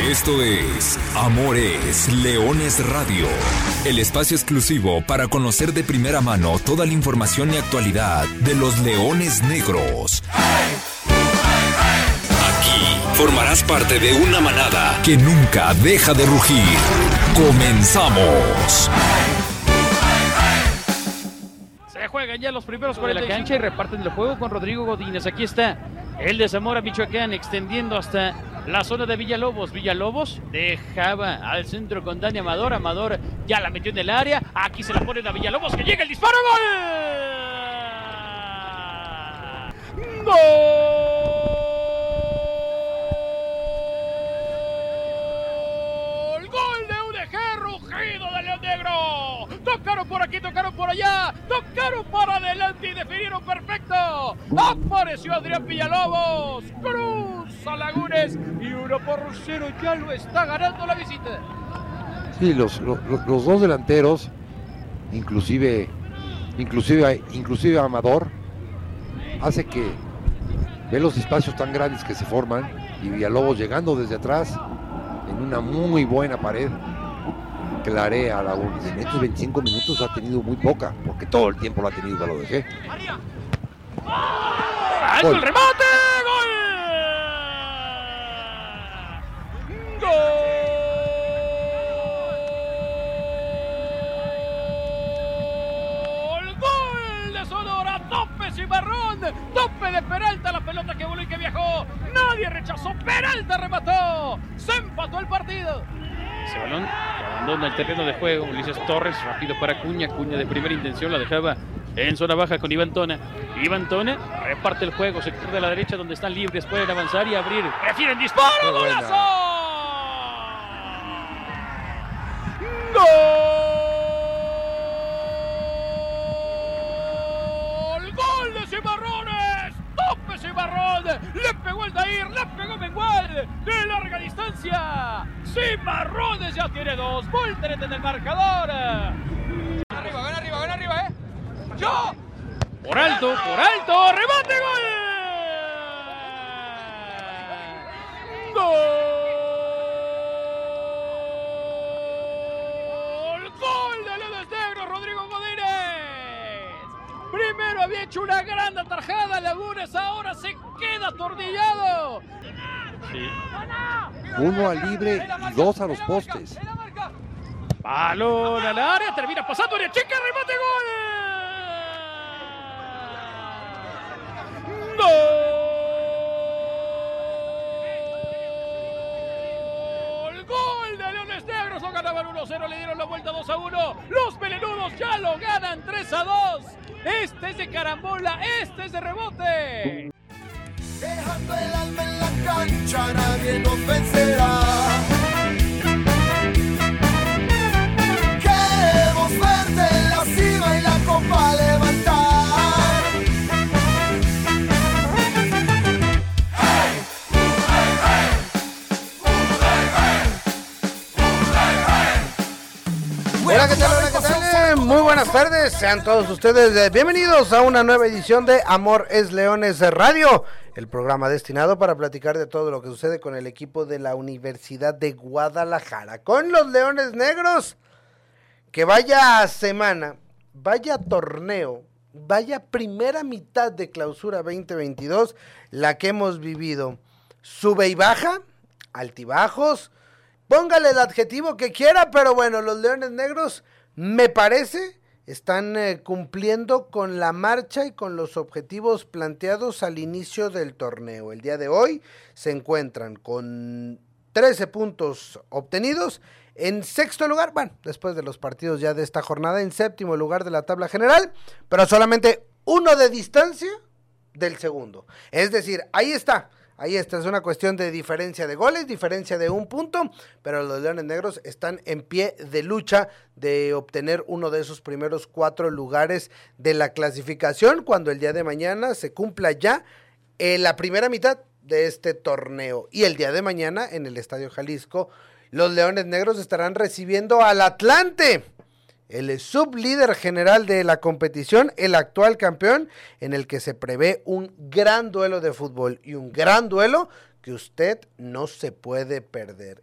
Esto es Amores Leones Radio, el espacio exclusivo para conocer de primera mano toda la información y actualidad de los Leones Negros. Aquí formarás parte de una manada que nunca deja de rugir. ¡Comenzamos! Se juegan ya los primeros 45 de la cancha y reparten el juego con Rodrigo Godínez. Aquí está el de Zamora, Michoacán, extendiendo hasta la zona de Villalobos. Villalobos dejaba al centro con Dani Amador. Amador ya la metió en el área. Aquí se la ponen a Villalobos, que llega el disparo. ¡Gol! ¡Gol! ¡Gol de UDG! ¡Rugido de León Negro! Tocaron por aquí, tocaron por allá, tocaron para adelante y definieron perfecto. Apareció Adrián Villalobos, cruza Lagunes y 1-0 ya lo está ganando la visita. Sí, los dos delanteros, inclusive Amador, hace que ve los espacios tan grandes que se forman y Villalobos llegando desde atrás en una muy buena pared clarea a Lagunes. En estos 25 minutos ha tenido muy poca, porque todo el tiempo lo ha tenido que lo dejé. ¡Alto el remate! ¡Gol! ¡Gol! ¡Gol de Sonora! ¡Tope Cimarrón! ¡Tope de Peralta! La pelota que voló y que viajó. Nadie rechazó. Peralta remató. Se empató el partido. Ese balón que abandona el terreno de juego. Ulises Torres, rápido para Cuña. Cuña de primera intención la dejaba en zona baja con Iván Tona. Iván Tona reparte el juego, sector de la derecha donde están libres, pueden avanzar y abrir. Prefieren disparo, ¡golazo! ¡Gol! ¡Gol de Cimarrones! ¡Tope Cimarrón! ¡Le pegó el Dair! ¡Le pegó Mengual! ¡De larga distancia! ¡Cimarrones ya tiene 2! ¡Volterete en el marcador! Gana arriba, ¡yo! Por alto, remate, gol. Gol de Leones Negros, Rodrigo Godínez. Primero había hecho una gran atajada Lagunes, ahora se queda atornillado. Sí. 1 al libre y 2 a los postes. Balón al área, termina pasando, área chica, remate, gol. ¡Gol de Leones Negros! Lo ganaban 1-0, le dieron la vuelta 2-1. Los melenudos ya lo ganan 3-2. Este es de carambola, este es de rebote. Dejando el alma en la cancha, nadie nos vencerá. Queremos verte en la cima y la copa levantar. Hola, ¿qué tal? Muy buenas tardes, sean todos ustedes bienvenidos a una nueva edición de Amor es Leones Radio, el programa destinado para platicar de todo lo que sucede con el equipo de la Universidad de Guadalajara, con los Leones Negros. Que vaya semana, vaya torneo, vaya primera mitad de clausura 2022, la que hemos vivido. Sube y baja, altibajos, póngale el adjetivo que quiera, pero bueno, los Leones Negros, me parece, están cumpliendo con la marcha y con los objetivos planteados al inicio del torneo. El día de hoy se encuentran con 13 puntos obtenidos. En sexto lugar, bueno, después de los partidos ya de esta jornada, en séptimo lugar de la tabla general, pero solamente 1 de distancia del segundo. Es decir, ahí está, es una cuestión de diferencia de goles, diferencia de 1 punto, pero los Leones Negros están en pie de lucha de obtener uno de esos primeros 4 lugares de la clasificación, cuando el día de mañana se cumpla ya la primera mitad de este torneo. Y el día de mañana, en el Estadio Jalisco, los Leones Negros estarán recibiendo al Atlante, el sublíder general de la competición, el actual campeón, en el que se prevé un gran duelo de fútbol y un gran duelo que usted no se puede perder.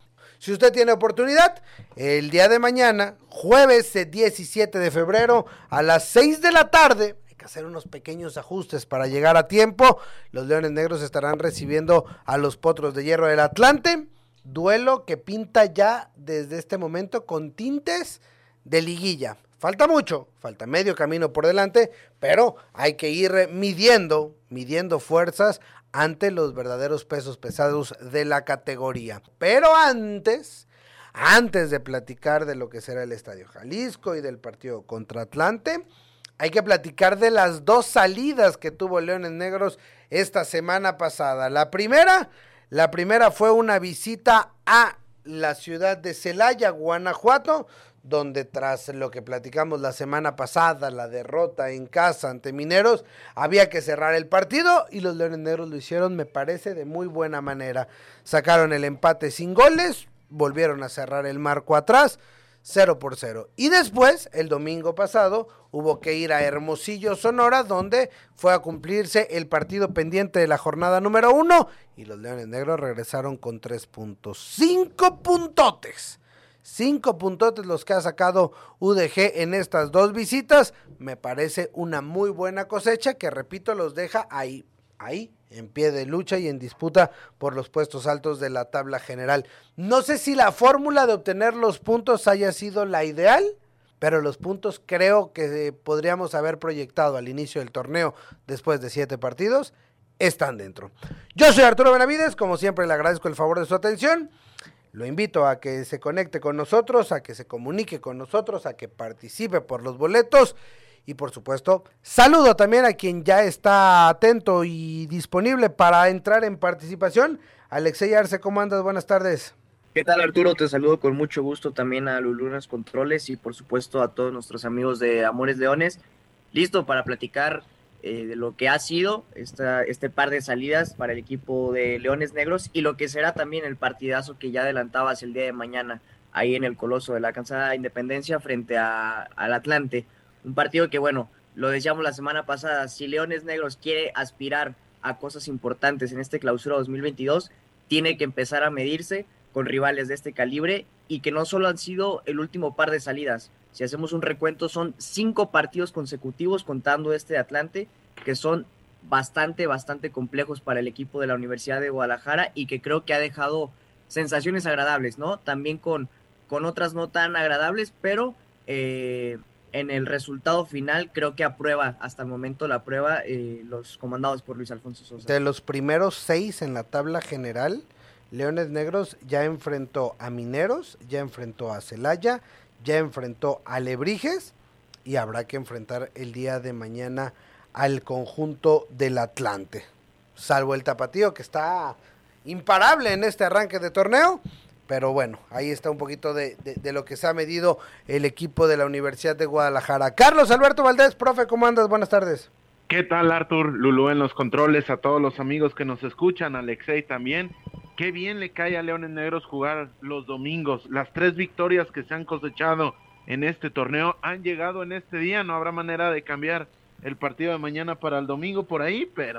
Si usted tiene oportunidad, el día de mañana, jueves 17 de febrero, a las 6 de la tarde, hay que hacer unos pequeños ajustes para llegar a tiempo. Los Leones Negros estarán recibiendo a los Potros de Hierro del Atlante. Duelo que pinta ya desde este momento con tintes de liguilla. Falta mucho, falta medio camino por delante, pero hay que ir midiendo fuerzas ante los verdaderos pesos pesados de la categoría. Pero antes de platicar de lo que será el Estadio Jalisco y del partido contra Atlante, hay que platicar de las dos salidas que tuvo Leones Negros esta semana pasada. La primera fue una visita a la ciudad de Celaya, Guanajuato, donde tras lo que platicamos la semana pasada, la derrota en casa ante Mineros, había que cerrar el partido y los Leones Negros lo hicieron, me parece, de muy buena manera. Sacaron el empate sin goles, volvieron a cerrar el marco atrás, 0-0. Y después, el domingo pasado, hubo que ir a Hermosillo, Sonora, donde fue a cumplirse el partido pendiente de la jornada número 1 y los Leones Negros regresaron con 3 puntos. 5 puntotes. 5 puntotes los que ha sacado UDG en estas dos visitas. Me parece una muy buena cosecha que, repito, los deja ahí, en pie de lucha y en disputa por los puestos altos de la tabla general. No sé si la fórmula de obtener los puntos haya sido la ideal, pero los puntos creo que podríamos haber proyectado al inicio del torneo después de 7 partidos, están dentro. Yo soy Arturo Benavides, como siempre le agradezco el favor de su atención. Lo invito a que se conecte con nosotros, a que se comunique con nosotros, a que participe por los boletos y por supuesto saludo también a quien ya está atento y disponible para entrar en participación. Alexey Arce, ¿cómo andas? Buenas tardes. ¿Qué tal, Arturo? Te saludo con mucho gusto también a Lulunas Controles y por supuesto a todos nuestros amigos de Amores Leones. Listo para platicar de lo que ha sido este par de salidas para el equipo de Leones Negros y lo que será también el partidazo que ya adelantabas el día de mañana ahí en el Coloso de la Calzada Independencia frente al Atlante. Un partido que, bueno, lo decíamos la semana pasada, si Leones Negros quiere aspirar a cosas importantes en este clausura 2022, tiene que empezar a medirse con rivales de este calibre y que no solo han sido el último par de salidas. Si hacemos un recuento, son 5 partidos consecutivos contando este de Atlante, que son bastante complejos para el equipo de la Universidad de Guadalajara y que creo que ha dejado sensaciones agradables, ¿no? También con otras no tan agradables, pero en el resultado final creo que aprueba hasta el momento la prueba los comandados por Luis Alfonso Sosa. De los primeros 6 en la tabla general, Leones Negros ya enfrentó a Mineros, ya enfrentó a Celaya, ya enfrentó a Alebrijes y habrá que enfrentar el día de mañana al conjunto del Atlante. Salvo el Tapatío, que está imparable en este arranque de torneo, pero bueno, ahí está un poquito de lo que se ha medido el equipo de la Universidad de Guadalajara. Carlos Alberto Valdés, profe, ¿cómo andas? Buenas tardes. ¿Qué tal, Artur? Lulú en los controles, a todos los amigos que nos escuchan, Alexei también. Qué bien le cae a Leones Negros jugar los domingos. Las 3 victorias que se han cosechado en este torneo han llegado en este día. No habrá manera de cambiar el partido de mañana para el domingo por ahí, pero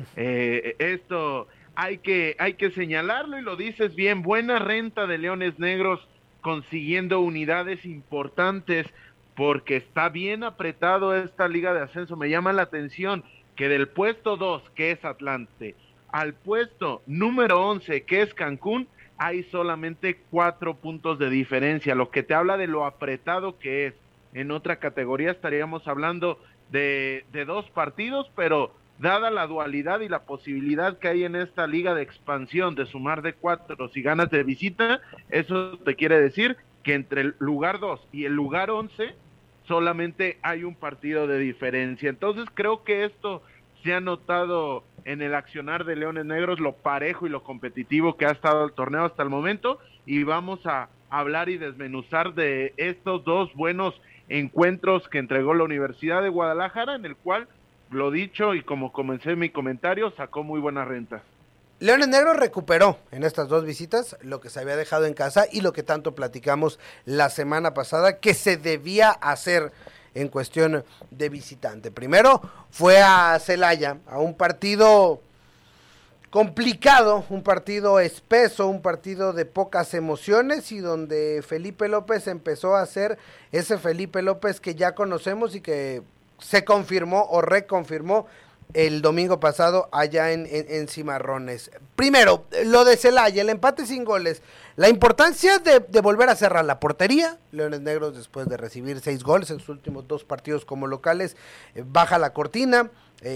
esto hay que señalarlo y lo dices bien. Buena renta de Leones Negros consiguiendo unidades importantes porque está bien apretado esta liga de ascenso. Me llama la atención que del puesto 2, que es Atlante, al puesto número 11, que es Cancún, hay solamente 4 puntos de diferencia, lo que te habla de lo apretado que es. En otra categoría estaríamos hablando de 2 partidos, pero dada la dualidad y la posibilidad que hay en esta liga de expansión de sumar de 4 si ganas de visita, eso te quiere decir que entre el lugar 2 y el lugar 11 solamente hay un partido de diferencia. Entonces creo que esto se ha notado en el accionar de Leones Negros, lo parejo y lo competitivo que ha estado el torneo hasta el momento, y vamos a hablar y desmenuzar de estos 2 buenos encuentros que entregó la Universidad de Guadalajara, en el cual, lo dicho y como comencé mi comentario, sacó muy buenas rentas. Leones Negros recuperó en estas 2 visitas lo que se había dejado en casa y lo que tanto platicamos la semana pasada que se debía hacer en cuestión de visitante. Primero fue a Celaya, a un partido complicado, un partido espeso, un partido de pocas emociones y donde Felipe López empezó a ser ese Felipe López que ya conocemos y que se confirmó o reconfirmó el domingo pasado allá en Cimarrones. Primero, lo de Celaya, el empate sin goles, la importancia de volver a cerrar la portería. Leones Negros, después de recibir 6 goles en sus últimos 2 partidos como locales, baja la cortina,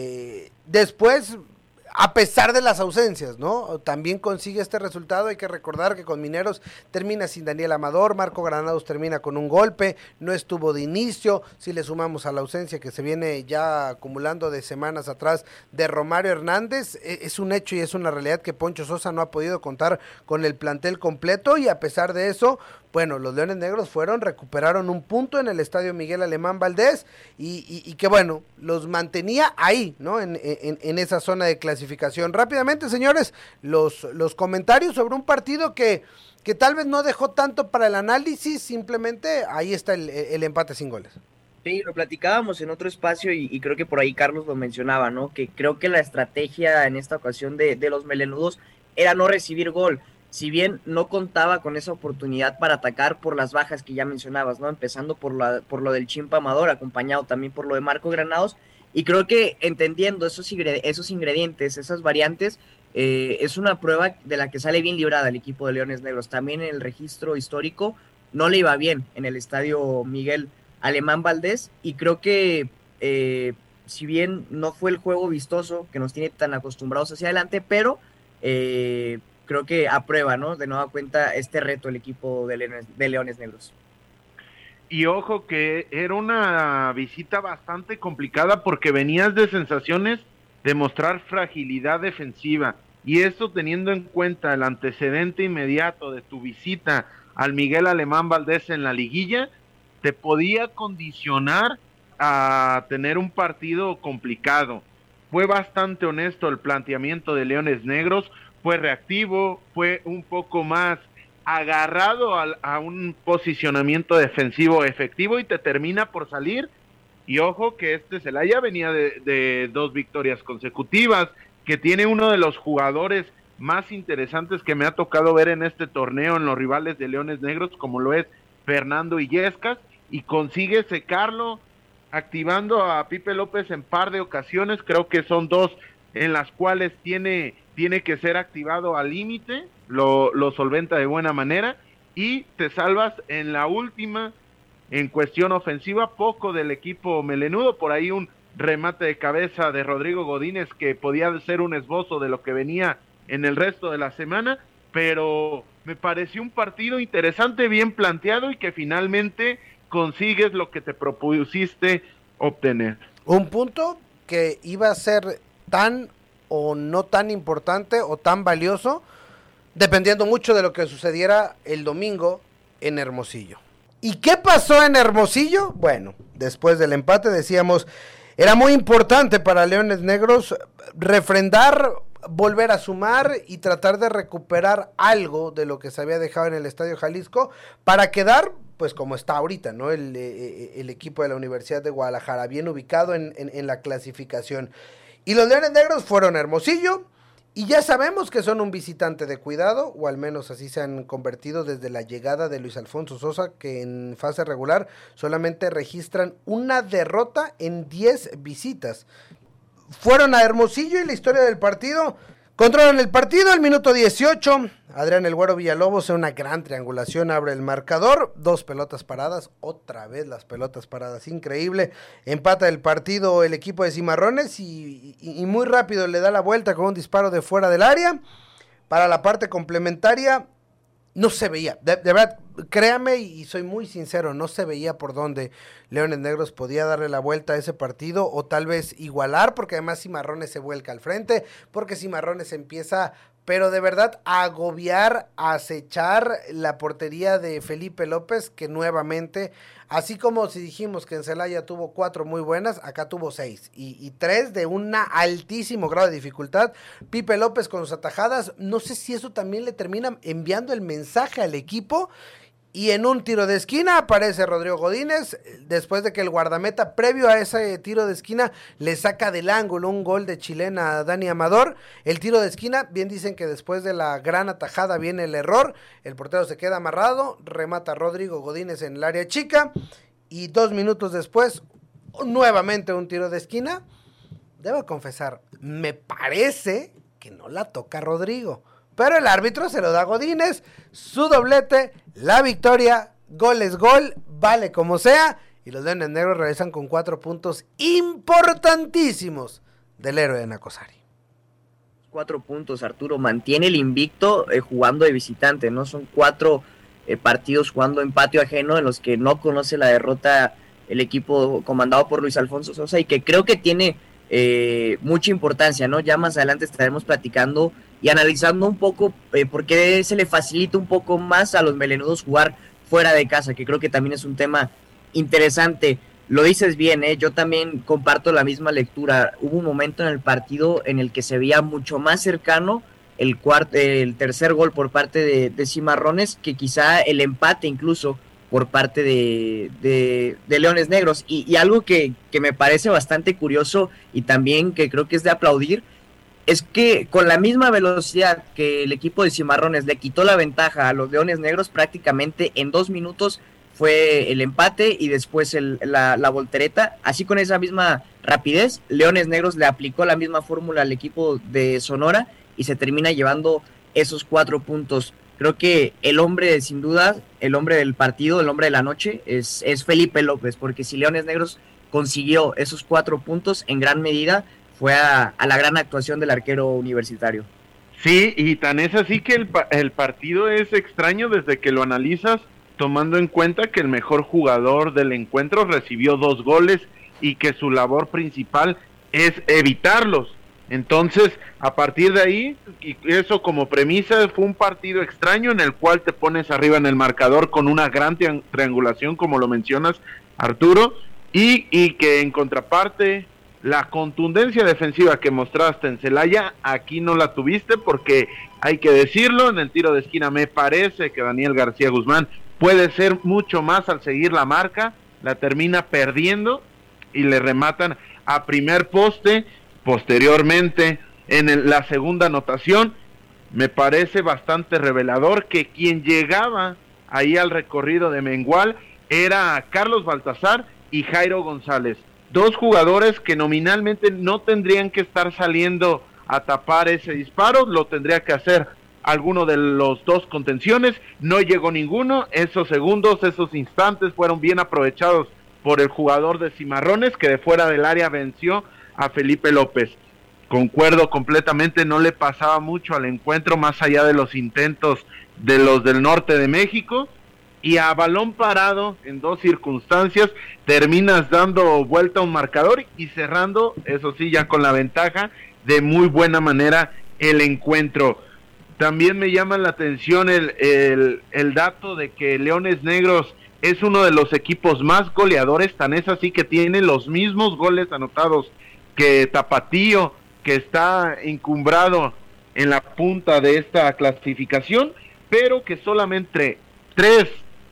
después, a pesar de las ausencias, ¿no? También consigue este resultado. Hay que recordar que con Mineros termina sin Daniel Amador, Marco Granados termina con un golpe, no estuvo de inicio. Si le sumamos a la ausencia que se viene ya acumulando de semanas atrás de Romario Hernández, es un hecho y es una realidad que Poncho Sosa no ha podido contar con el plantel completo, y a pesar de eso, bueno, los Leones Negros recuperaron un punto en el estadio Miguel Alemán Valdés y que bueno, los mantenía ahí, ¿no? En esa zona de clasificación. Rápidamente, señores, los comentarios sobre un partido que tal vez no dejó tanto para el análisis, simplemente ahí está el empate sin goles. Sí, lo platicábamos en otro espacio y creo que por ahí Carlos lo mencionaba, ¿no? Que creo que la estrategia en esta ocasión de los melenudos era no recibir gol. Si bien no contaba con esa oportunidad para atacar por las bajas que ya mencionabas, ¿no? Empezando por lo del Chimpa Amador, acompañado también por lo de Marco Granados, y creo que entendiendo esos ingredientes, esas variantes, es una prueba de la que sale bien librada el equipo de Leones Negros. También en el registro histórico no le iba bien en el estadio Miguel Alemán Valdés, y creo que si bien no fue el juego vistoso que nos tiene tan acostumbrados hacia adelante, pero creo que aprueba, ¿no? De nueva cuenta este reto el equipo de Leones Negros. Y ojo que era una visita bastante complicada porque venías de sensaciones de mostrar fragilidad defensiva, y eso teniendo en cuenta el antecedente inmediato de tu visita al Miguel Alemán Valdés en la liguilla, te podía condicionar a tener un partido complicado. Fue bastante honesto el planteamiento de Leones Negros, fue reactivo, fue un poco más agarrado a un posicionamiento defensivo efectivo y te termina por salir. Y ojo que Celaya venía de 2 victorias consecutivas, que tiene uno de los jugadores más interesantes que me ha tocado ver en este torneo en los rivales de Leones Negros, como lo es Fernando Illescas, y consigue secarlo activando a Pipe López en par de ocasiones. Creo que son 2 en las cuales tiene que ser activado al límite, lo solventa de buena manera, y te salvas en la última, en cuestión ofensiva, poco del equipo melenudo, por ahí un remate de cabeza de Rodrigo Godínez que podía ser un esbozo de lo que venía en el resto de la semana, pero me pareció un partido interesante, bien planteado, y que finalmente consigues lo que te propusiste obtener. Un punto que iba a ser tan o no tan importante o tan valioso, dependiendo mucho de lo que sucediera el domingo en Hermosillo. ¿Y qué pasó en Hermosillo? Bueno, después del empate decíamos, era muy importante para Leones Negros refrendar, volver a sumar y tratar de recuperar algo de lo que se había dejado en el Estadio Jalisco para quedar, pues como está ahorita, ¿no? El equipo de la Universidad de Guadalajara, bien ubicado en la clasificación. Y los Leones Negros fueron a Hermosillo, y ya sabemos que son un visitante de cuidado, o al menos así se han convertido desde la llegada de Luis Alfonso Sosa, que en fase regular solamente registran una derrota en 10 visitas. Fueron a Hermosillo y la historia del partido: controlan el partido al minuto 18, Adrián El Güero Villalobos en una gran triangulación abre el marcador, 2 pelotas paradas, otra vez las pelotas paradas, increíble. Empata el partido el equipo de Cimarrones y muy rápido le da la vuelta con un disparo de fuera del área. Para la parte complementaria no se veía, de verdad, créame y soy muy sincero, no se veía por dónde Leones Negros podía darle la vuelta a ese partido o tal vez igualar, porque además Cimarrones se vuelca al frente, porque Cimarrones empieza, pero de verdad, a agobiar, a acechar la portería de Felipe López, que nuevamente, así como si dijimos que en Celaya tuvo 4 muy buenas, acá tuvo 6, y 3 de un altísimo grado de dificultad. Pipe López con sus atajadas, no sé si eso también le termina enviando el mensaje al equipo, Y en un tiro de esquina aparece Rodrigo Godínez, después de que el guardameta, previo a ese tiro de esquina, le saca del ángulo un gol de chilena a Dani Amador. El tiro de esquina, bien dicen que después de la gran atajada viene el error, el portero se queda amarrado, remata Rodrigo Godínez en el área chica, y 2 minutos después, nuevamente un tiro de esquina. Debo confesar, me parece que no la toca Rodrigo, pero el árbitro se lo da a Godínez, su doblete, la victoria, gol es gol, vale como sea, y los Leones Negros regresan con 4 puntos importantísimos del héroe de Nacosari. 4 puntos, Arturo, mantiene el invicto jugando de visitante, ¿no? Son 4 partidos jugando en patio ajeno en los que no conoce la derrota el equipo comandado por Luis Alfonso Sosa, y que creo que tiene mucha importancia, ¿no? Ya más adelante estaremos platicando y analizando un poco por qué se le facilita un poco más a los melenudos jugar fuera de casa, que creo que también es un tema interesante. Lo dices bien, yo también comparto la misma lectura. Hubo un momento en el partido en el que se veía mucho más cercano el tercer gol por parte de Cimarrones, que quizá el empate incluso por parte de Leones Negros. Y algo que me parece bastante curioso y también que creo que es de aplaudir, es que con la misma velocidad que el equipo de Cimarrones le quitó la ventaja a los Leones Negros, prácticamente en 2 minutos fue el empate y después la voltereta. Así, con esa misma rapidez, Leones Negros le aplicó la misma fórmula al equipo de Sonora y se termina llevando esos 4 puntos. Creo que el hombre, sin duda, el hombre del partido, el hombre de la noche, es Felipe López, porque si Leones Negros consiguió esos 4 puntos, en gran medida fue a la gran actuación del arquero universitario. Sí, y tan es así que el partido es extraño desde que lo analizas, tomando en cuenta que el mejor jugador del encuentro recibió 2 goles y que su labor principal es evitarlos. Entonces, a partir de ahí, y eso como premisa, fue un partido extraño en el cual te pones arriba en el marcador con una gran triangulación, como lo mencionas, Arturo, y que en contraparte, la contundencia defensiva que mostraste en Celaya, aquí no la tuviste, porque hay que decirlo, en el tiro de esquina me parece que Daniel García Guzmán puede ser mucho más al seguir la marca, la termina perdiendo y le rematan a primer poste. Posteriormente, en la segunda anotación, me parece bastante revelador que quien llegaba ahí al recorrido de Mengual era Carlos Baltazar y Jairo González, 2 jugadores que nominalmente no tendrían que estar saliendo a tapar ese disparo, lo tendría que hacer alguno de los 2 contenciones, no llegó ninguno. Esos segundos, esos instantes fueron bien aprovechados por el jugador de Cimarrones, que de fuera del área venció a Felipe López. Concuerdo completamente, no le pasaba mucho al encuentro más allá de los intentos de los del norte de México, y a balón parado en 2 circunstancias terminas dando vuelta a un marcador y cerrando, eso sí, ya con la ventaja de muy buena manera el encuentro. También me llama la atención el dato de que Leones Negros es uno de los equipos más goleadores, tan es así que tiene los mismos goles anotados que Tapatío, que está encumbrado en la punta de esta clasificación, pero que solamente 3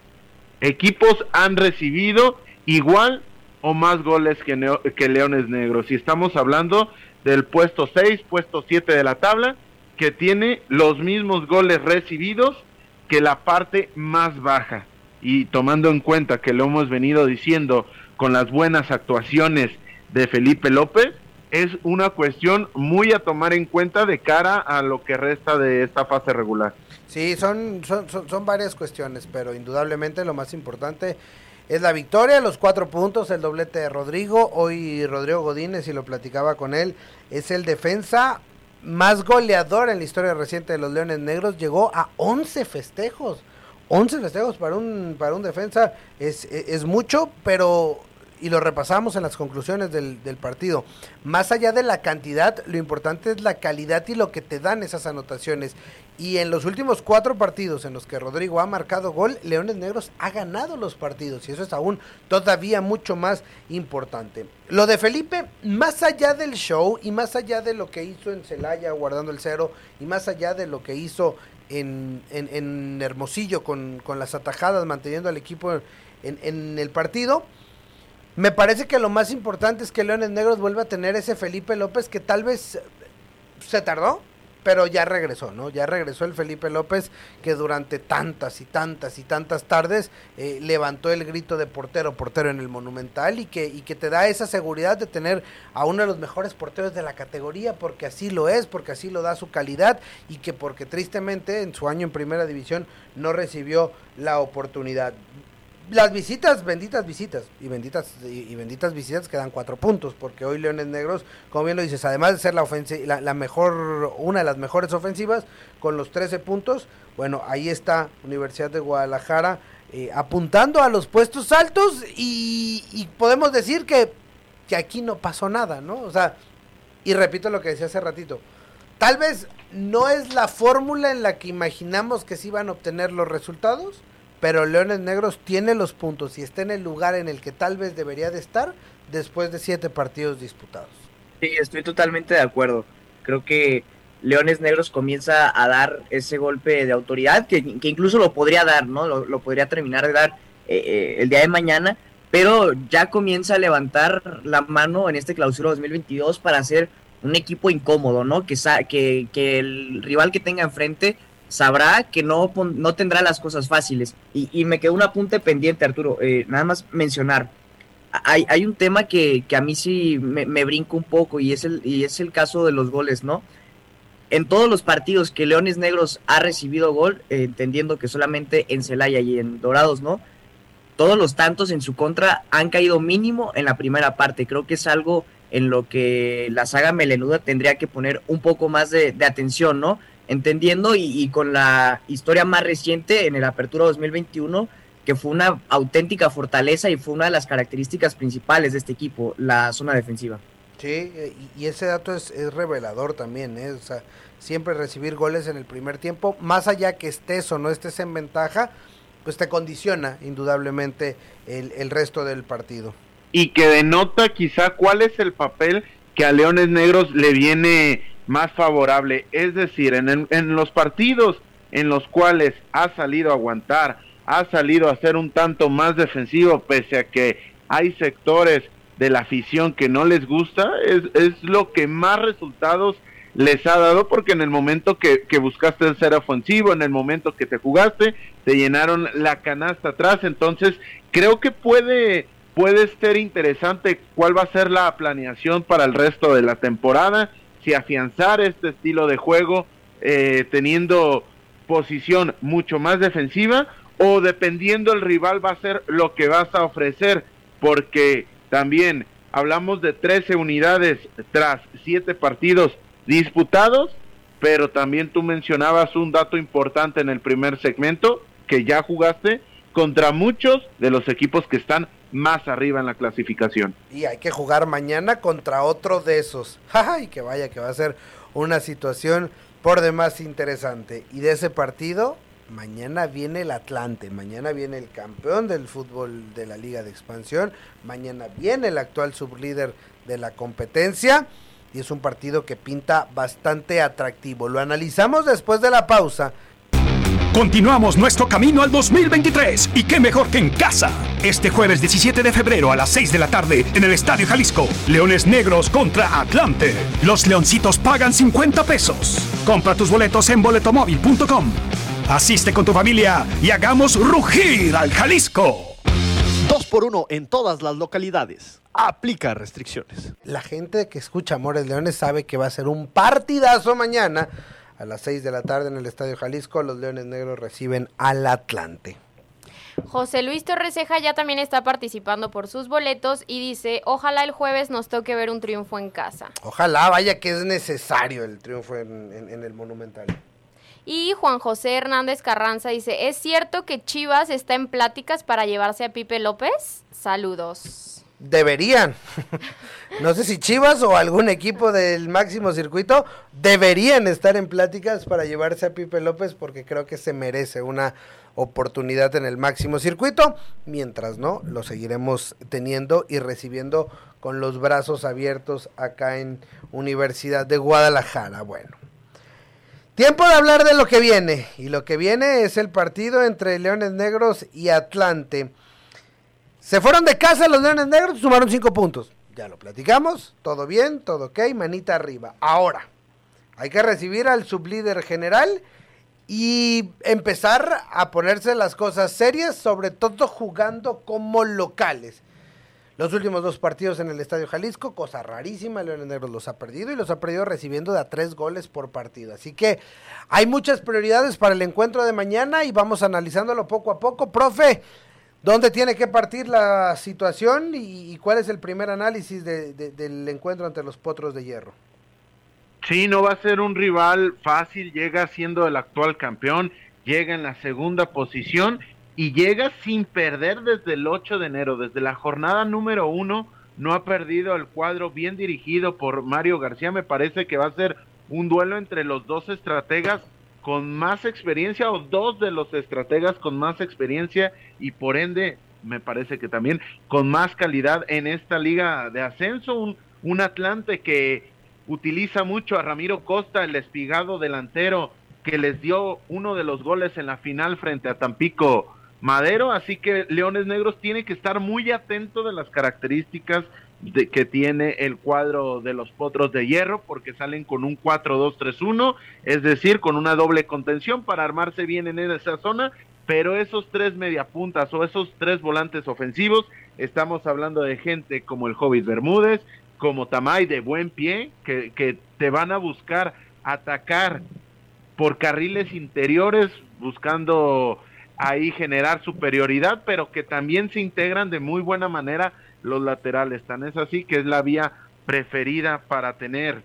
equipos han recibido igual o más goles que Leones Negros. Y estamos hablando del puesto 6, puesto 7 de la tabla, que tiene los mismos goles recibidos que la parte más baja. Y tomando en cuenta que lo hemos venido diciendo con las buenas actuaciones de Felipe López, es una cuestión muy a tomar en cuenta de cara a lo que resta de esta fase regular. Sí, son varias cuestiones, pero indudablemente lo más importante es la victoria, los 4 puntos, el doblete de Rodrigo. Hoy Rodrigo Godínez, y lo platicaba con él, es el defensa más goleador en la historia reciente de los Leones Negros. Llegó a 11 festejos. 11 festejos para un defensa es mucho, pero y lo repasamos en las conclusiones del partido, más allá de la cantidad, lo importante es la calidad y lo que te dan esas anotaciones. Y en los últimos 4 partidos en los que Rodrigo ha marcado gol, Leones Negros ha ganado los partidos, y eso es aún todavía mucho más importante. Lo de Felipe, más allá del show y más allá de lo que hizo en Celaya guardando el 0 y más allá de lo que hizo en Hermosillo con las atajadas, manteniendo al equipo en el partido, me parece que lo más importante es que Leones Negros vuelva a tener ese Felipe López que tal vez se tardó, pero ya regresó, ¿no? Ya regresó el Felipe López que durante tantas y tantas y tantas tardes levantó el grito de portero en el Monumental y que te da esa seguridad de tener a uno de los mejores porteros de la categoría, porque así lo es, porque así lo da su calidad y que porque tristemente en su año en Primera División no recibió la oportunidad. Las visitas, benditas visitas, y benditas visitas que dan 4 puntos, porque hoy Leones Negros, como bien lo dices, además de ser la mejor, una de las mejores ofensivas, con los 13 puntos, bueno, ahí está Universidad de Guadalajara apuntando a los puestos altos y podemos decir que aquí no pasó nada, ¿no? O sea, y repito lo que decía hace ratito, tal vez no es la fórmula en la que imaginamos que se iban a obtener los resultados, pero Leones Negros tiene los puntos y está en el lugar en el que tal vez debería de estar después de 7 partidos disputados. Sí, estoy totalmente de acuerdo. Creo que Leones Negros comienza a dar ese golpe de autoridad que incluso lo podría dar, ¿no? Lo podría terminar de dar el día de mañana, pero ya comienza a levantar la mano en este clausura 2022 para ser un equipo incómodo, ¿no? Que el rival que tenga enfrente sabrá que no tendrá las cosas fáciles. Y me quedó un apunte pendiente, Arturo, nada más mencionar. Hay un tema que a mí sí me brinca un poco y es el caso de los goles, ¿no? En todos los partidos que Leones Negros ha recibido gol, entendiendo que solamente en Celaya y en Dorados, ¿no? Todos los tantos en su contra han caído mínimo en la primera parte. Creo que es algo en lo que la saga melenuda tendría que poner un poco más de atención, ¿no? Entendiendo y con la historia más reciente en el Apertura 2021, que fue una auténtica fortaleza y fue una de las características principales de este equipo, la zona defensiva. Sí, y ese dato es revelador también, ¿eh? O sea, siempre recibir goles en el primer tiempo, más allá que estés o no estés en ventaja, pues te condiciona indudablemente el resto del partido. Y que denota quizá cuál es el papel que a Leones Negros le viene más favorable, es decir, en los partidos en los cuales ha salido a aguantar, ha salido a ser un tanto más defensivo, pese a que hay sectores de la afición que no les gusta, es lo que más resultados les ha dado, porque en el momento que buscaste ser ofensivo, en el momento que te jugaste, te llenaron la canasta atrás. Entonces creo que puede ser interesante cuál va a ser la planeación para el resto de la temporada, si afianzar este estilo de juego teniendo posición mucho más defensiva, o dependiendo el rival va a ser lo que vas a ofrecer, porque también hablamos de 13 unidades tras 7 partidos disputados, pero también tú mencionabas un dato importante en el primer segmento, que ya jugaste contra muchos de los equipos que están más arriba en la clasificación. Y hay que jugar mañana contra otro de esos. Y que vaya, que va a ser una situación por demás interesante. Y de ese partido, mañana viene el Atlante, mañana viene el campeón del fútbol de la Liga de Expansión, mañana viene el actual sublíder de la competencia, y es un partido que pinta bastante atractivo. Lo analizamos después de la pausa. Continuamos nuestro camino al 2023 y qué mejor que en casa. Este jueves 17 de febrero a las 6 de la tarde en el Estadio Jalisco, Leones Negros contra Atlante. Los leoncitos pagan 50 pesos. Compra tus boletos en boletomóvil.com. Asiste con tu familia y hagamos rugir al Jalisco. 2x1 en todas las localidades. Aplica restricciones. La gente que escucha Amores Leones sabe que va a ser un partidazo mañana. A las 6 de la tarde en el Estadio Jalisco, los Leones Negros reciben al Atlante. José Luis Torreceja ya también está participando por sus boletos y dice, ojalá el jueves nos toque ver un triunfo en casa. Ojalá, vaya que es necesario el triunfo en el Monumental. Y Juan José Hernández Carranza dice, ¿es cierto que Chivas está en pláticas para llevarse a Pipe López? Saludos. deberían, no sé si Chivas o algún equipo del máximo circuito, deberían estar en pláticas para llevarse a Pipe López, porque creo que se merece una oportunidad en el máximo circuito. Mientras no, lo seguiremos teniendo y recibiendo con los brazos abiertos acá en Universidad de Guadalajara. Bueno, tiempo de hablar de lo que viene, y lo que viene es el partido entre Leones Negros y Atlante. Se fueron de casa los Leones Negros, sumaron 5 puntos. Ya lo platicamos, todo bien, todo ok, manita arriba. Ahora, hay que recibir al sublíder general y empezar a ponerse las cosas serias, sobre todo jugando como locales. Los últimos 2 partidos en el Estadio Jalisco, cosa rarísima, Leones Negros los ha perdido, y los ha perdido recibiendo de a 3 goles por partido. Así que hay muchas prioridades para el encuentro de mañana y vamos analizándolo poco a poco. Profe, ¿dónde tiene que partir la situación y cuál es el primer análisis del encuentro ante los Potros de Hierro? Sí, no va a ser un rival fácil, llega siendo el actual campeón, llega en la segunda posición y llega sin perder desde el 8 de enero, desde la jornada número 1, no ha perdido el cuadro bien dirigido por Mario García. Me parece que va a ser un duelo entre los 2 estrategas con más experiencia, o 2 de los estrategas con más experiencia, y por ende me parece que también con más calidad en esta liga de ascenso. Un Atlante que utiliza mucho a Ramiro Costa, el espigado delantero que les dio uno de los goles en la final frente a Tampico Madero, así que Leones Negros tiene que estar muy atento de las características que tiene el cuadro de los Potros de Hierro, porque salen con un 4-2-3-1, es decir, con una doble contención para armarse bien en esa zona, pero esos 3 mediapuntas o esos 3 volantes ofensivos, estamos hablando de gente como el Hobbit Bermúdez, como Tamay de buen pie, que te van a buscar atacar por carriles interiores, buscando ahí generar superioridad, pero que también se integran de muy buena manera los laterales. Tan es así que es la vía preferida para tener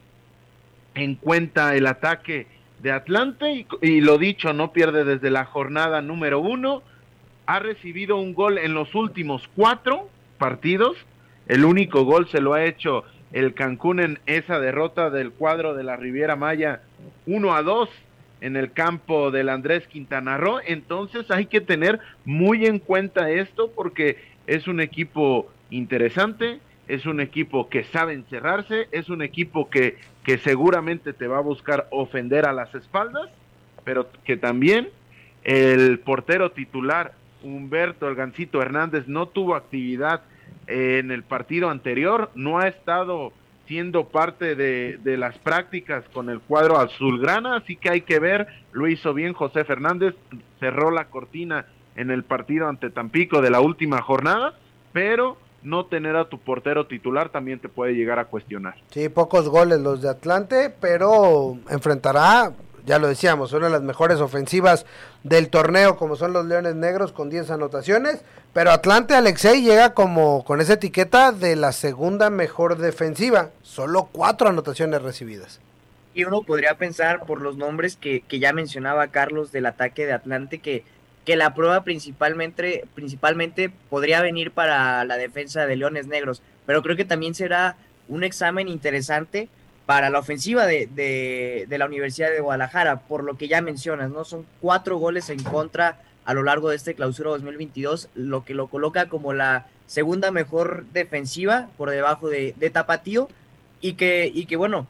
en cuenta el ataque de Atlante, y lo dicho, no pierde desde la jornada número 1, ha recibido un gol en los últimos 4 partidos, el único gol se lo ha hecho el Cancún en esa derrota del cuadro de la Riviera Maya 1-2 en el campo del Andrés Quintana Roo. Entonces hay que tener muy en cuenta esto, porque es un equipo interesante, es un equipo que sabe encerrarse, es un equipo que seguramente te va a buscar ofender a las espaldas, pero que también el portero titular Humberto El Gancito Hernández no tuvo actividad en el partido anterior, no ha estado siendo parte de las prácticas con el cuadro azulgrana, así que hay que ver, lo hizo bien José Fernández, cerró la cortina en el partido ante Tampico de la última jornada, pero no tener a tu portero titular también te puede llegar a cuestionar. Sí, pocos goles los de Atlante, pero enfrentará, ya lo decíamos, una de las mejores ofensivas del torneo, como son los Leones Negros, con 10 anotaciones, pero Atlante, Alexei, llega como con esa etiqueta de la segunda mejor defensiva, solo 4 anotaciones recibidas. Y uno podría pensar, por los nombres que ya mencionaba Carlos del ataque de Atlante, que la prueba principalmente podría venir para la defensa de Leones Negros, pero creo que también será un examen interesante para la ofensiva de la Universidad de Guadalajara, por lo que ya mencionas, ¿no? Son 4 goles en contra a lo largo de este clausura 2022, lo que lo coloca como la segunda mejor defensiva por debajo de Tapatío, y que bueno,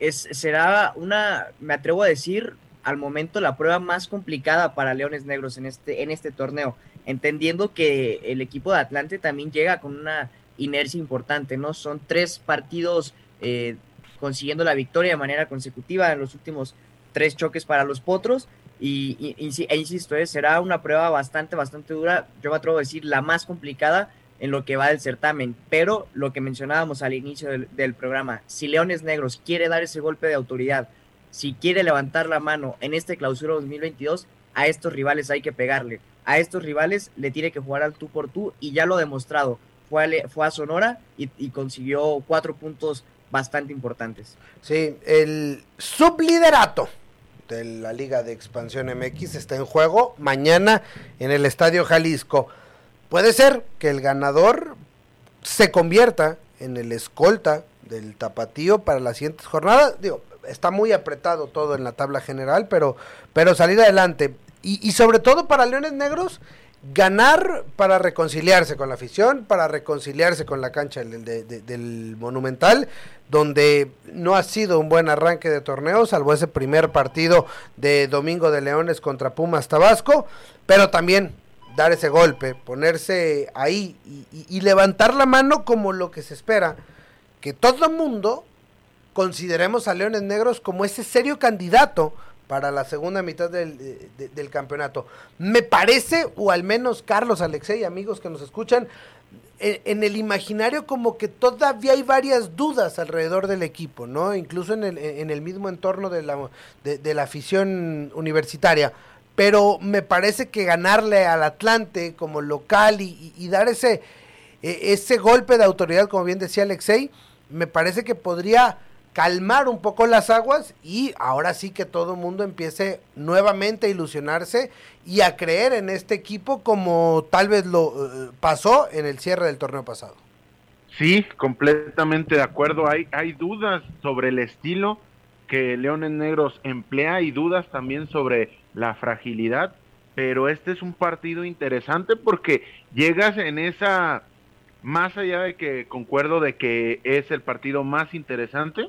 será una, me atrevo a decir, al momento la prueba más complicada para Leones Negros en este torneo, entendiendo que el equipo de Atlante también llega con una inercia importante, ¿no? Son 3 partidos consiguiendo la victoria de manera consecutiva en los últimos 3 choques para los Potros, e insisto, será una prueba bastante dura, yo me atrevo a decir la más complicada en lo que va del certamen, pero lo que mencionábamos al inicio del programa, si Leones Negros quiere dar ese golpe de autoridad, si quiere levantar la mano en este clausura 2022, a estos rivales hay que pegarle, a estos rivales le tiene que jugar al tú por tú, y ya lo ha demostrado, fue a Sonora y consiguió 4 puntos bastante importantes. Sí, el subliderato de la Liga de Expansión MX está en juego mañana en el Estadio Jalisco. Puede ser que el ganador se convierta en el escolta del Tapatío para las siguientes jornadas. Digo, está muy apretado todo en la tabla general, pero salir adelante. Y sobre todo para Leones Negros, ganar para reconciliarse con la afición, para reconciliarse con la cancha del Monumental, donde no ha sido un buen arranque de torneo, salvo ese primer partido de Domingo de Leones contra Pumas Tabasco, pero también dar ese golpe, ponerse ahí y levantar la mano como lo que se espera, que todo el mundo consideremos a Leones Negros como ese serio candidato para la segunda mitad del campeonato. Me parece, o al menos Carlos, Alexei, amigos que nos escuchan, en el imaginario como que todavía hay varias dudas alrededor del equipo, ¿no? Incluso en el mismo entorno de la afición universitaria. Pero me parece que ganarle al Atlante como local y dar ese golpe de autoridad, como bien decía Alexei, me parece que podría calmar un poco las aguas y ahora sí que todo el mundo empiece nuevamente a ilusionarse y a creer en este equipo como tal vez lo pasó en el cierre del torneo pasado. Sí, completamente de acuerdo. Hay dudas sobre el estilo que Leones Negros emplea y dudas también sobre la fragilidad, pero este es un partido interesante porque llegas en esa, más allá de que concuerdo de que es el partido más interesante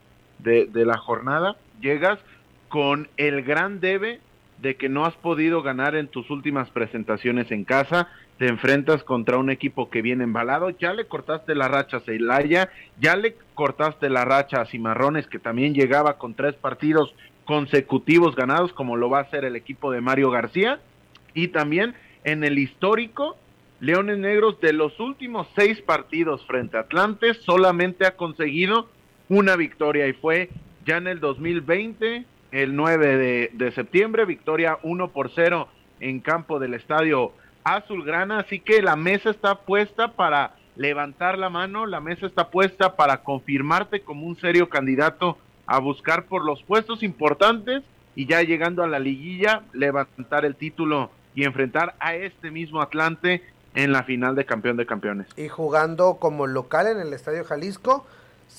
de la jornada, llegas con el gran debe de que no has podido ganar en tus últimas presentaciones en casa, te enfrentas contra un equipo que viene embalado, ya le cortaste la racha a Celaya, ya le cortaste la racha a Cimarrones, que también llegaba con 3 partidos consecutivos ganados, como lo va a hacer el equipo de Mario García, y también en el histórico, Leones Negros de los últimos 6 partidos frente a Atlante, solamente ha conseguido una victoria y fue ya en el 2020, el 9 de septiembre, victoria 1-0 en campo del estadio Azulgrana, así que la mesa está puesta para levantar la mano, la mesa está puesta para confirmarte como un serio candidato a buscar por los puestos importantes y ya llegando a la liguilla, levantar el título y enfrentar a este mismo Atlante en la final de campeón de campeones. Y jugando como local en el Estadio Jalisco,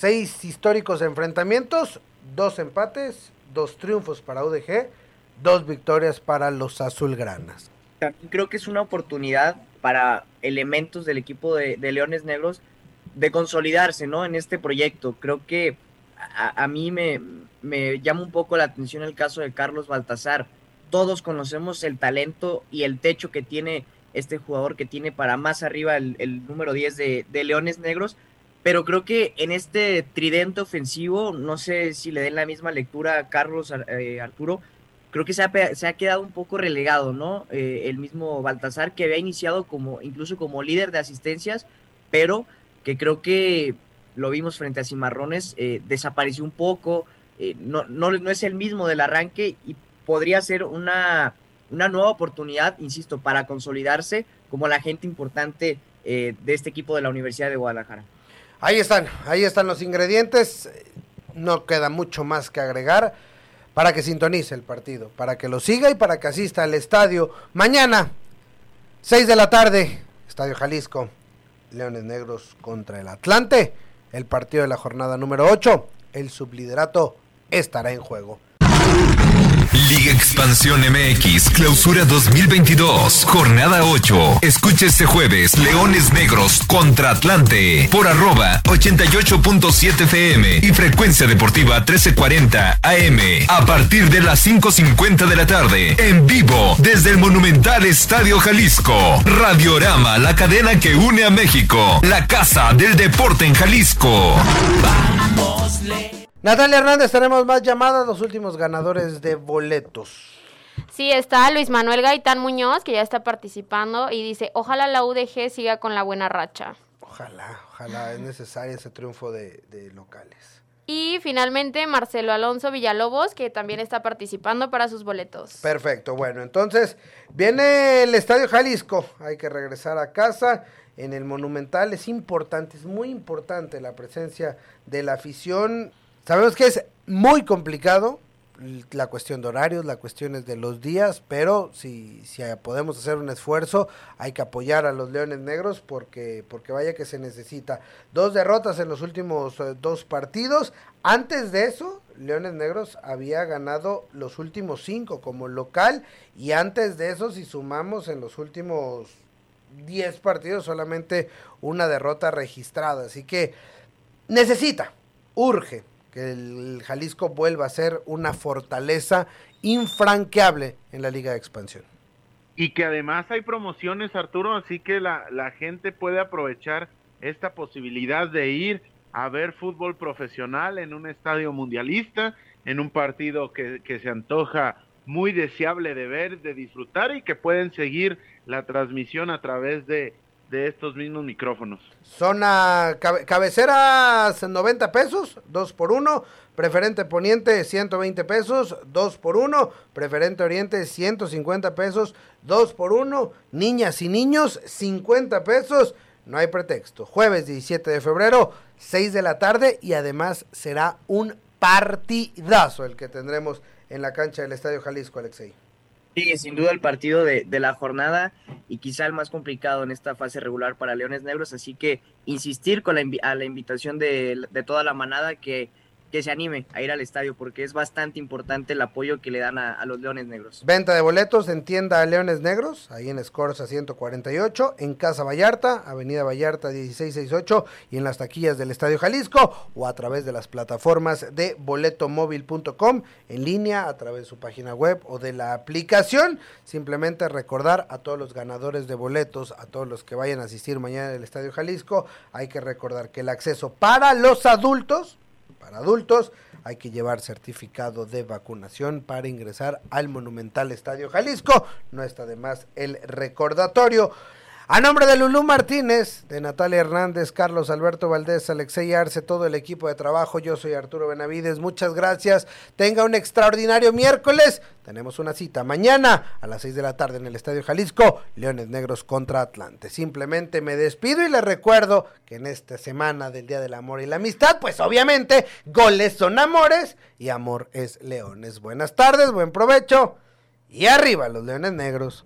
6 históricos enfrentamientos, 2 empates, 2 triunfos para UDG, 2 victorias para los azulgranas. Creo que es una oportunidad para elementos del equipo de Leones Negros de consolidarse, ¿no? En este proyecto. Creo que a mí me llama un poco la atención el caso de Carlos Baltazar. Todos conocemos el talento y el techo que tiene este jugador, que tiene para más arriba el número 10 de Leones Negros, pero creo que en este tridente ofensivo, no sé si le den la misma lectura a Carlos, Arturo, creo que se ha quedado un poco relegado, ¿no? El mismo Baltazar, que había iniciado incluso como líder de asistencias, pero que creo que lo vimos frente a Cimarrones, desapareció un poco, no es el mismo del arranque y podría ser una nueva oportunidad, insisto, para consolidarse como la gente importante de este equipo de la Universidad de Guadalajara. Ahí están los ingredientes, no queda mucho más que agregar para que sintonice el partido, para que lo siga y para que asista al estadio mañana, 6 de la tarde, Estadio Jalisco, Leones Negros contra el Atlante, el partido de la jornada número 8, el subliderato estará en juego. Liga Expansión MX, Clausura 2022, Jornada 8. Escucha este jueves Leones Negros contra Atlante por @88.7 FM y Frecuencia Deportiva 1340 AM a partir de las 5:50 de la tarde, en vivo desde el Monumental Estadio Jalisco. Radiorama, la cadena que une a México, la casa del deporte en Jalisco. Natalia Hernández, tenemos más llamadas, los últimos ganadores de boletos. Sí, está Luis Manuel Gaitán Muñoz, que ya está participando y dice, ojalá la UDG siga con la buena racha. Ojalá, es necesario ese triunfo de locales. Y finalmente Marcelo Alonso Villalobos, que también está participando para sus boletos. Perfecto, bueno, entonces viene el Estadio Jalisco, hay que regresar a casa. En el Monumental es importante, es muy importante la presencia de la afición. Sabemos que es muy complicado la cuestión de horarios, la cuestión es de los días, pero si podemos hacer un esfuerzo, hay que apoyar a los Leones Negros porque vaya que se necesita. 2 derrotas en los últimos 2 partidos. Antes de eso, Leones Negros había ganado los últimos 5 como local, y antes de eso, si sumamos en los últimos 10 partidos, solamente una derrota registrada. Así que urge que el Jalisco vuelva a ser una fortaleza infranqueable en la Liga de Expansión. Y que además hay promociones, Arturo, así que la gente puede aprovechar esta posibilidad de ir a ver fútbol profesional en un estadio mundialista, en un partido que se antoja muy deseable de ver, de disfrutar, y que pueden seguir la transmisión a través de estos mismos micrófonos. Zona cabeceras 90 pesos, 2x1, preferente poniente 120 pesos, 2x1, preferente oriente 150 pesos, 2x1, niñas y niños 50 pesos, no hay pretexto. Jueves 17 de febrero, 6 de la tarde, y además será un partidazo el que tendremos en la cancha del Estadio Jalisco, Alexei. Sí, sin duda el partido de la jornada y quizá el más complicado en esta fase regular para Leones Negros, así que insistir con a la invitación de toda la manada que se anime a ir al estadio, porque es bastante importante el apoyo que le dan a los Leones Negros. Venta de boletos en tienda Leones Negros, ahí en Escorza 148, en Casa Vallarta, Avenida Vallarta 1668, y en las taquillas del Estadio Jalisco, o a través de las plataformas de boletomóvil.com, en línea, a través de su página web o de la aplicación. Simplemente recordar a todos los ganadores de boletos, a todos los que vayan a asistir mañana al Estadio Jalisco, hay que recordar que el acceso para los adultos, hay que llevar certificado de vacunación para ingresar al monumental Estadio Jalisco. No está de más el recordatorio. A nombre de Lulú Martínez, de Natalia Hernández, Carlos Alberto Valdés, Alexei Arce, todo el equipo de trabajo, yo soy Arturo Benavides, muchas gracias. Tenga un extraordinario miércoles. Tenemos una cita mañana a las 6 de la tarde en el Estadio Jalisco, Leones Negros contra Atlante. Simplemente me despido y les recuerdo que en esta semana del Día del Amor y la Amistad, pues obviamente goles son amores y amor es leones. Buenas tardes, buen provecho y arriba los Leones Negros.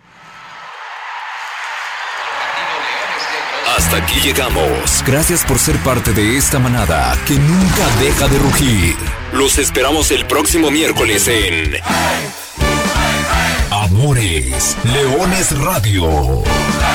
Hasta aquí llegamos. Gracias por ser parte de esta manada que nunca deja de rugir. Los esperamos el próximo miércoles en Amores Leones Radio.